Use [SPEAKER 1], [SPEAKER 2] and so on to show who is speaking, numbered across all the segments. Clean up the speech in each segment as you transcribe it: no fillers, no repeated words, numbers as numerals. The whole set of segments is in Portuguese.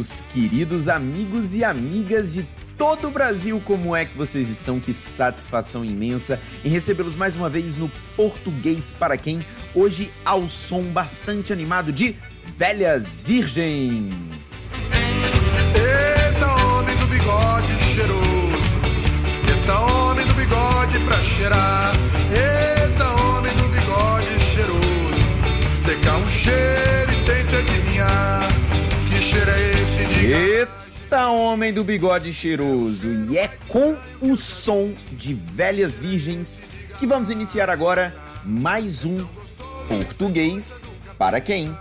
[SPEAKER 1] meus queridos amigos e amigas de todo o Brasil, como é que vocês estão? Que satisfação imensa em recebê-los mais uma vez no Português para Quem, hoje ao som bastante animado de Velhas Virgens.
[SPEAKER 2] Eita, homem do bigode cheiroso, eita, homem do bigode pra cheirar, eita, homem do bigode cheiroso, dê cá um cheiro e tente adivinhar, que cheiro é esse de...
[SPEAKER 1] Eita, homem do bigode cheiroso, e é com o som de Velhas Virgens que vamos iniciar agora mais um Português para Quem.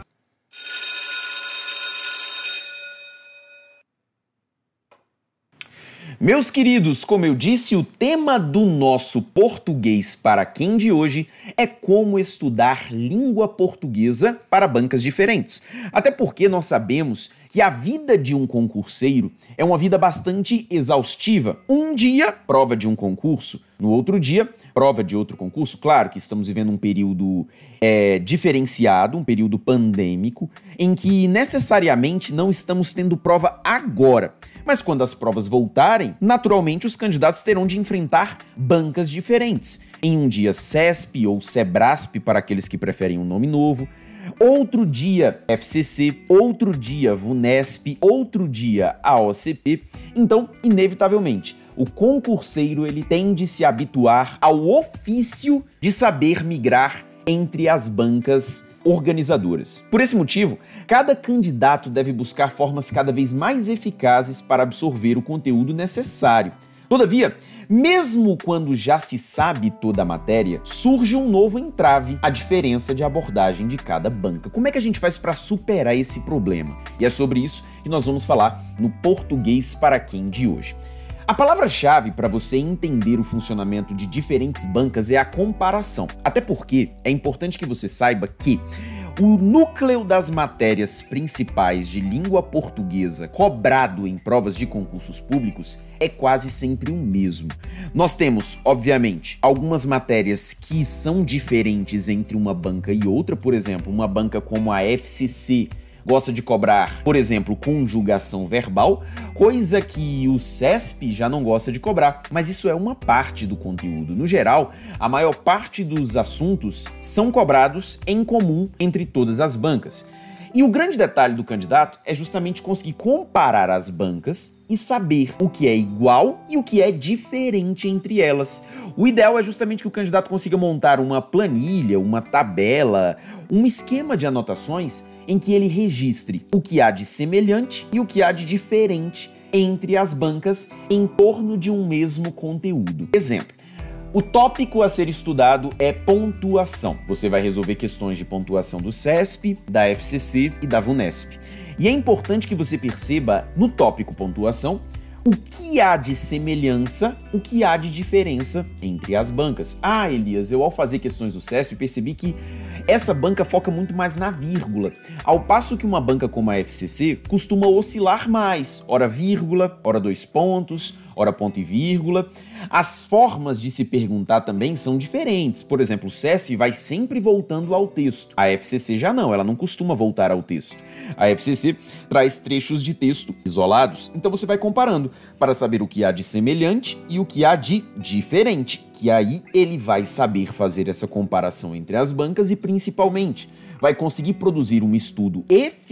[SPEAKER 1] Meus queridos, como eu disse, o tema do nosso Português para Quem de hoje é como estudar língua portuguesa para bancas diferentes. Até porque nós sabemos que a vida de um concurseiro é uma vida bastante exaustiva. Um dia, prova de um concurso, no outro dia, prova de outro concurso. Claro que estamos vivendo um período diferenciado, um período pandêmico, em que necessariamente não estamos tendo prova agora. Mas quando as provas voltarem, naturalmente os candidatos terão de enfrentar bancas diferentes. Em um dia CESP ou SEBRASP, para aqueles que preferem um nome novo, outro dia FCC, outro dia VUNESP, outro dia AOCP. Então, inevitavelmente, o concurseiro ele tem de se habituar ao ofício de saber migrar entre as bancas organizadoras. Por esse motivo, cada candidato deve buscar formas cada vez mais eficazes para absorver o conteúdo necessário. Todavia, mesmo quando já se sabe toda a matéria, surge um novo entrave, a diferença de abordagem de cada banca. Como é que a gente faz para superar esse problema? E é sobre isso que nós vamos falar no Português para Quem de hoje. A palavra-chave para você entender o funcionamento de diferentes bancas é a comparação. Até porque é importante que você saiba que o núcleo das matérias principais de língua portuguesa cobrado em provas de concursos públicos é quase sempre o mesmo. Nós temos, obviamente, algumas matérias que são diferentes entre uma banca e outra. Por exemplo, uma banca como a FCC gosta de cobrar, por exemplo, conjugação verbal, coisa que o CESP já não gosta de cobrar, mas isso é uma parte do conteúdo. No geral, a maior parte dos assuntos são cobrados em comum entre todas as bancas. E o grande detalhe do candidato é justamente conseguir comparar as bancas e saber o que é igual e o que é diferente entre elas. O ideal é justamente que o candidato consiga montar uma planilha, uma tabela, um esquema de anotações em que ele registre o que há de semelhante e o que há de diferente entre as bancas em torno de um mesmo conteúdo. Exemplo, o tópico a ser estudado é pontuação. Você vai resolver questões de pontuação do CESP, da FCC e da VUNESP. E é importante que você perceba no tópico pontuação o que há de semelhança, o que há de diferença entre as bancas. Ah, Elias, eu ao fazer questões do CESP percebi que essa banca foca muito mais na vírgula, ao passo que uma banca como a FCC costuma oscilar mais, ora vírgula, ora dois pontos, ora ponto e vírgula. As formas de se perguntar também são diferentes. Por exemplo, o CESP vai sempre voltando ao texto. A FCC já não, ela não costuma voltar ao texto. A FCC traz trechos de texto isolados, então você vai comparando para saber o que há de semelhante e o que há de diferente, que aí ele vai saber fazer essa comparação entre as bancas e principalmente vai conseguir produzir um estudo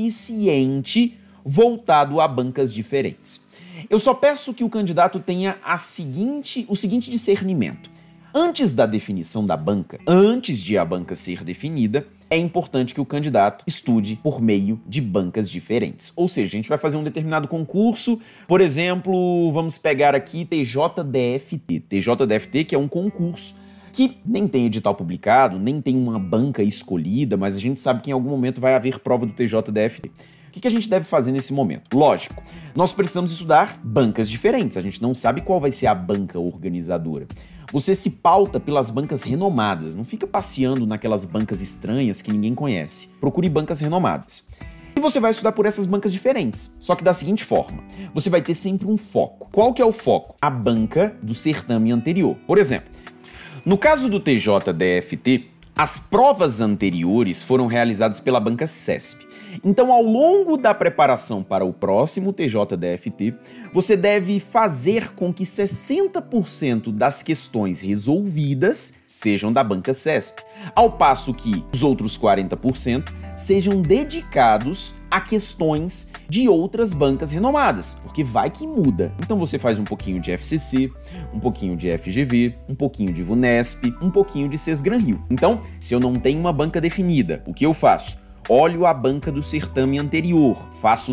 [SPEAKER 1] eficiente voltado a bancas diferentes. Eu só peço que o candidato tenha o seguinte discernimento. Antes da definição da banca, antes de a banca ser definida, é importante que o candidato estude por meio de bancas diferentes. Ou seja, a gente vai fazer um determinado concurso, por exemplo, vamos pegar aqui TJDFT. TJDFT, que é um concurso que nem tem edital publicado, nem tem uma banca escolhida, mas a gente sabe que em algum momento vai haver prova do TJDFT. O que a gente deve fazer nesse momento? Lógico, nós precisamos estudar bancas diferentes, a gente não sabe qual vai ser a banca organizadora. Você se pauta pelas bancas renomadas, não fica passeando naquelas bancas estranhas que ninguém conhece. Procure bancas renomadas. E você vai estudar por essas bancas diferentes, só que da seguinte forma, você vai ter sempre um foco. Qual que é o foco? A banca do certame anterior. Por exemplo, no caso do TJDFT, as provas anteriores foram realizadas pela banca CESP. Então, ao longo da preparação para o próximo TJDFT, você deve fazer com que 60% das questões resolvidas sejam da banca CESP, ao passo que os outros 40% sejam dedicados a questões de outras bancas renomadas, porque vai que muda. Então você faz um pouquinho de FCC, um pouquinho de FGV, um pouquinho de VUNESP, um pouquinho de CESGRAN Rio. Então, se eu não tenho uma banca definida, o que eu faço? Olho a banca do certame anterior, faço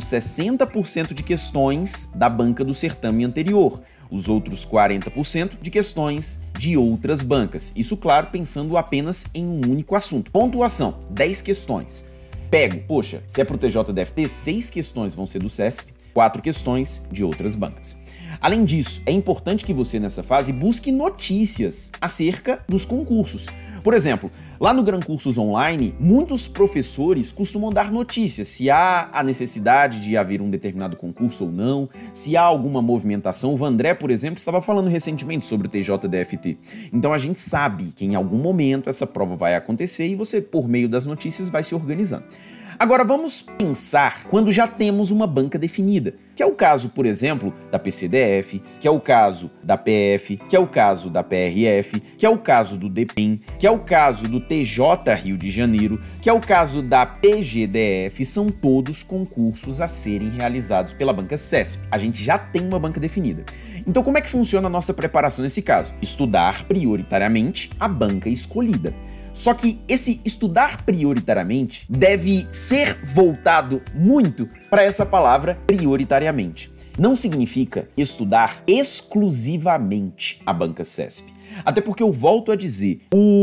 [SPEAKER 1] 60% de questões da banca do certame anterior, os outros 40% de questões de outras bancas. Isso, claro, pensando apenas em um único assunto. Pontuação, 10 questões. Pego, poxa, se é pro TJDFT, 6 questões vão ser do CESP, 4 questões de outras bancas. Além disso, é importante que você nessa fase busque notícias acerca dos concursos. Por exemplo, lá no Gran Cursos Online, muitos professores costumam dar notícias se há a necessidade de haver um determinado concurso ou não, se há alguma movimentação. O Vandré, por exemplo, estava falando recentemente sobre o TJDFT. Então a gente sabe que em algum momento essa prova vai acontecer e você, por meio das notícias, vai se organizando. Agora vamos pensar quando já temos uma banca definida, que é o caso, por exemplo, da PCDF, que é o caso da PF, que é o caso da PRF, que é o caso do DPEM, que é o caso do TJ Rio de Janeiro, que é o caso da PGDF, são todos concursos a serem realizados pela banca CESP. A gente já tem uma banca definida. Então como é que funciona a nossa preparação nesse caso? Estudar prioritariamente a banca escolhida. Só que esse estudar prioritariamente deve ser voltado muito para essa palavra prioritariamente. Não significa estudar exclusivamente a banca CESP. Até porque eu volto a dizer,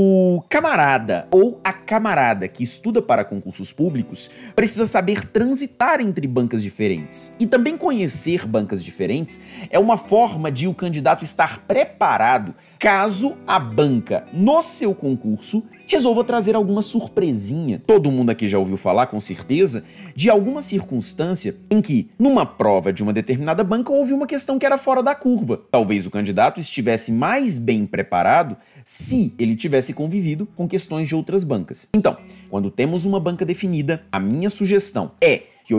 [SPEAKER 1] o camarada ou a camarada que estuda para concursos públicos precisa saber transitar entre bancas diferentes. E também conhecer bancas diferentes é uma forma de o candidato estar preparado caso a banca no seu concurso resolva trazer alguma surpresinha. Todo mundo aqui já ouviu falar, com certeza, de alguma circunstância em que, numa prova de uma determinada banca, houve uma questão que era fora da curva. Talvez o candidato estivesse mais bem preparado se ele tivesse convivido com questões de outras bancas. Então, quando temos uma banca definida, a minha sugestão é que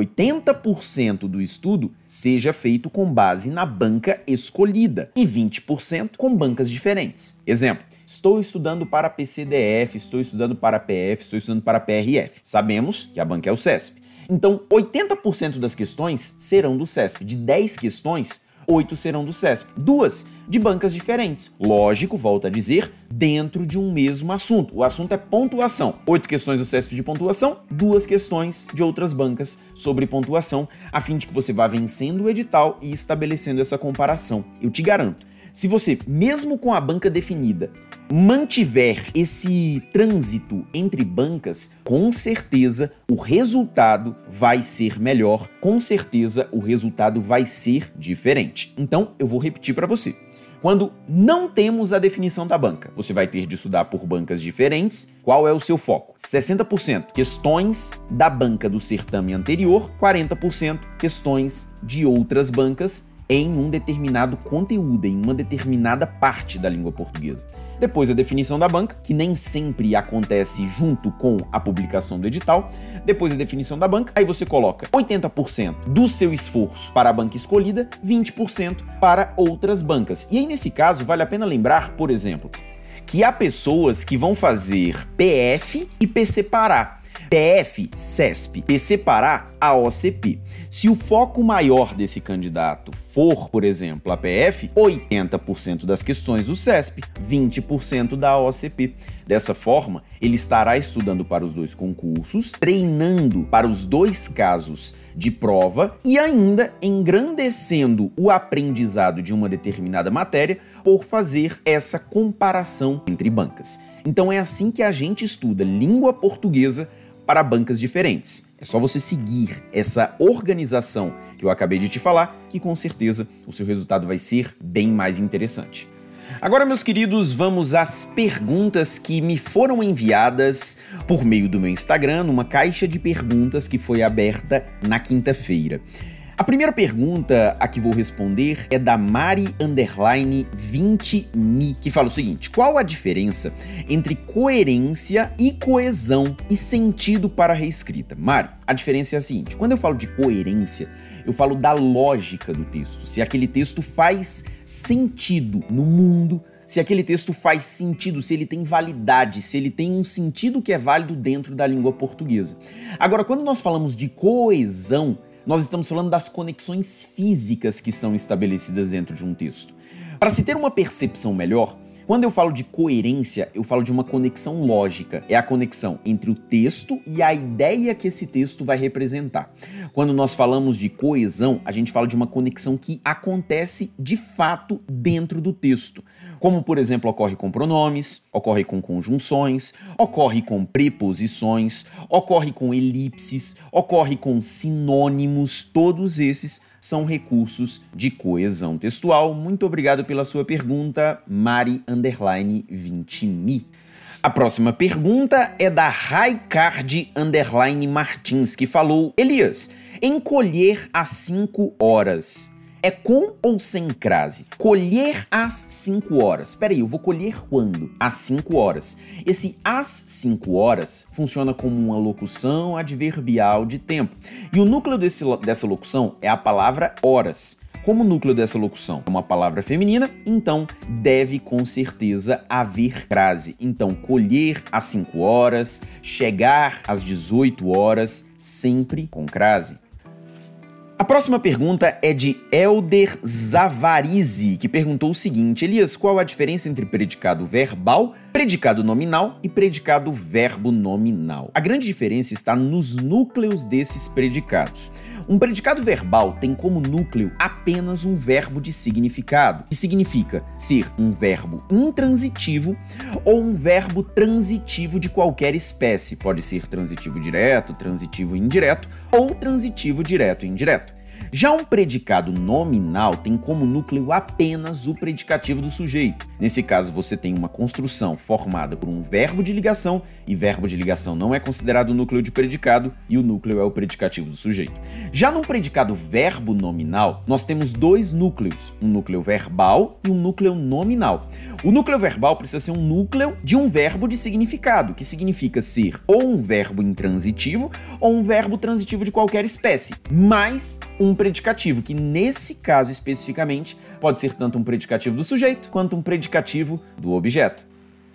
[SPEAKER 1] 80% do estudo seja feito com base na banca escolhida e 20% com bancas diferentes. Exemplo, estou estudando para PCDF, estou estudando para PF, estou estudando para PRF. Sabemos que a banca é o CESP. Então, 80% das questões serão do CESP. De 10 questões, 8 serão do CESP. 2 de bancas diferentes. Lógico, volto a dizer, dentro de um mesmo assunto. O assunto é pontuação. 8 questões do CESP de pontuação, 2 questões de outras bancas sobre pontuação, a fim de que você vá vencendo o edital e estabelecendo essa comparação. Eu te garanto, se você, mesmo com a banca definida, mantiver esse trânsito entre bancas, com certeza o resultado vai ser melhor, com certeza o resultado vai ser diferente. Então, eu vou repetir para você. Quando não temos a definição da banca, você vai ter de estudar por bancas diferentes. Qual é o seu foco? 60% questões da banca do certame anterior, 40% questões de outras bancas em um determinado conteúdo, em uma determinada parte da língua portuguesa. Depois a definição da banca, que nem sempre acontece junto com a publicação do edital. Depois a definição da banca, aí você coloca 80% do seu esforço para a banca escolhida, 20% para outras bancas. E aí nesse caso vale a pena lembrar, por exemplo, que há pessoas que vão fazer PF e PC Pará. PF, CESP, PC Pará, AOCP. Se o foco maior desse candidato for, por exemplo, a PF, 80% das questões do CESP, 20% da AOCP. Dessa forma, ele estará estudando para os dois concursos, treinando para os dois casos de prova e ainda engrandecendo o aprendizado de uma determinada matéria por fazer essa comparação entre bancas. Então é assim que a gente estuda língua portuguesa para bancas diferentes. É só você seguir essa organização que eu acabei de te falar, que com certeza o seu resultado vai ser bem mais interessante. Agora, meus queridos, vamos às perguntas que me foram enviadas por meio do meu Instagram, numa caixa de perguntas que foi aberta na quinta-feira. A primeira pergunta a que vou responder é da Mari_20mi, que fala o seguinte: qual a diferença entre coerência e coesão e sentido para a reescrita? Mari, a diferença é a seguinte: quando eu falo de coerência, eu falo da lógica do texto, se aquele texto faz sentido no mundo, se aquele texto faz sentido, se ele tem validade, se ele tem um sentido que é válido dentro da língua portuguesa. Agora, quando nós falamos de coesão, nós estamos falando das conexões físicas que são estabelecidas dentro de um texto. Para se ter uma percepção melhor, quando eu falo de coerência, eu falo de uma conexão lógica. É a conexão entre o texto e a ideia que esse texto vai representar. Quando nós falamos de coesão, a gente fala de uma conexão que acontece de fato dentro do texto. Como, por exemplo, ocorre com pronomes, ocorre com conjunções, ocorre com preposições, ocorre com elipses, ocorre com sinônimos. Todos esses são recursos de coesão textual. Muito obrigado pela sua pergunta, Mari_20mi. A próxima pergunta é da Raicard_Martins, que falou: Elias, encolher às 5 horas. É com ou sem crase? Colher às 5 horas. Peraí, eu vou colher quando? Às 5 horas. Esse às 5 horas funciona como uma locução adverbial de tempo. E o núcleo dessa locução é a palavra horas. Como o núcleo dessa locução é uma palavra feminina, então deve com certeza haver crase. Então, colher às 5 horas, chegar às 18 horas, sempre com crase. A próxima pergunta é de Elder Zavarizi, que perguntou o seguinte: Elias, qual a diferença entre predicado verbal, predicado nominal e predicado verbo nominal? A grande diferença está nos núcleos desses predicados. Um predicado verbal tem como núcleo apenas um verbo de significado, que significa ser um verbo intransitivo ou um verbo transitivo de qualquer espécie. Pode ser transitivo direto, transitivo indireto ou transitivo direto e indireto. Já um predicado nominal tem como núcleo apenas o predicativo do sujeito. Nesse caso, você tem uma construção formada por um verbo de ligação, e verbo de ligação não é considerado o núcleo de predicado, e o núcleo é o predicativo do sujeito. Já num predicado verbo nominal, nós temos dois núcleos, um núcleo verbal e um núcleo nominal. O núcleo verbal precisa ser um núcleo de um verbo de significado, que significa ser ou um verbo intransitivo ou um verbo transitivo de qualquer espécie, mais um predicativo, que nesse caso especificamente pode ser tanto um predicativo do sujeito quanto um predicativo do objeto.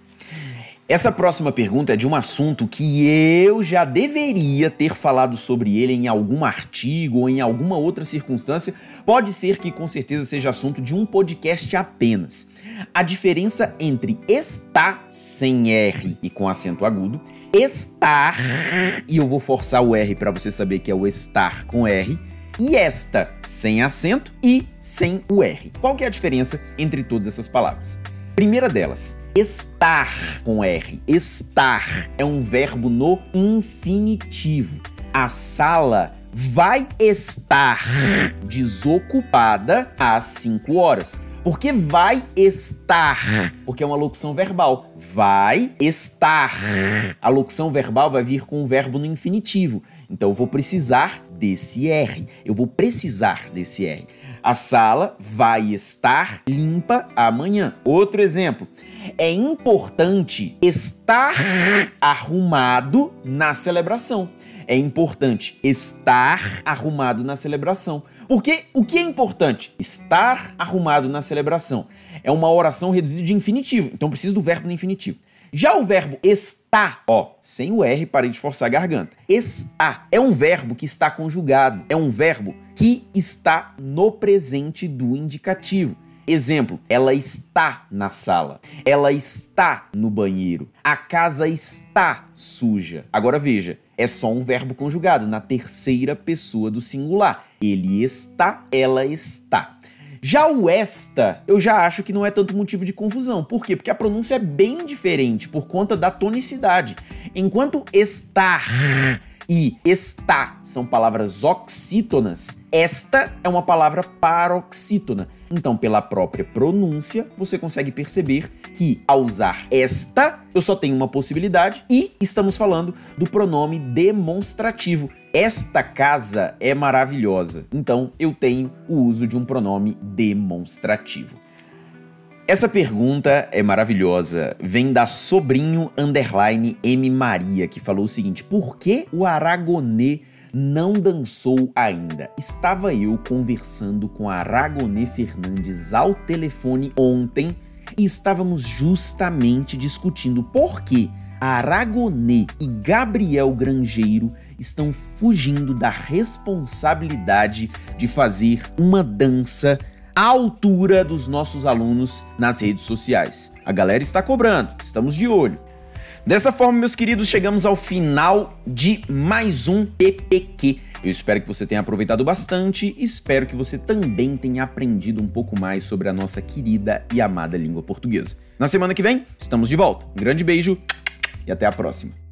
[SPEAKER 1] Essa próxima pergunta é de um assunto que eu já deveria ter falado sobre ele em algum artigo ou em alguma outra circunstância. Pode ser que com certeza seja assunto de um podcast apenas. A diferença entre está sem R e com acento agudo, estar, e eu vou forçar o R para você saber que é o estar com R, e esta sem acento e sem o R. Qual que é a diferença entre todas essas palavras? Primeira delas, estar com R. Estar é um verbo no infinitivo. A sala vai estar desocupada às 5 horas. Por que vai estar? Porque é uma locução verbal. Vai estar. A locução verbal vai vir com o verbo no infinitivo. Então eu vou precisar desse R. Eu vou precisar desse R. A sala vai estar limpa amanhã. Outro exemplo. É importante estar arrumado na celebração. É importante estar arrumado na celebração. Porque o que é importante? Estar arrumado na celebração. É uma oração reduzida de infinitivo. Então preciso do verbo no infinitivo. Já o verbo está, sem o R, parei de forçar a garganta. Está é um verbo que está conjugado. É um verbo que está no presente do indicativo. Exemplo, ela está na sala. Ela está no banheiro. A casa está suja. Agora veja, é só um verbo conjugado na terceira pessoa do singular. Ele está, ela está. Já o esta, eu já acho que não é tanto motivo de confusão. Por quê? Porque a pronúncia é bem diferente por conta da tonicidade. Enquanto estar e está são palavras oxítonas, esta é uma palavra paroxítona. Então, pela própria pronúncia, você consegue perceber que, ao usar esta, eu só tenho uma possibilidade e estamos falando do pronome demonstrativo. Esta casa é maravilhosa. Então, eu tenho o uso de um pronome demonstrativo. Essa pergunta é maravilhosa. Vem da sobrinho_M Maria, que falou o seguinte: por que o Aragonê não dançou ainda? Estava eu conversando com a Aragonê Fernandes ao telefone ontem e estávamos justamente discutindo por que a Aragonê e Gabriel Grangeiro estão fugindo da responsabilidade de fazer uma dança à altura dos nossos alunos nas redes sociais. A galera está cobrando, estamos de olho. Dessa forma, meus queridos, chegamos ao final de mais um PPQ. Eu espero que você tenha aproveitado bastante e espero que você também tenha aprendido um pouco mais sobre a nossa querida e amada língua portuguesa. Na semana que vem, estamos de volta. Um grande beijo e até a próxima.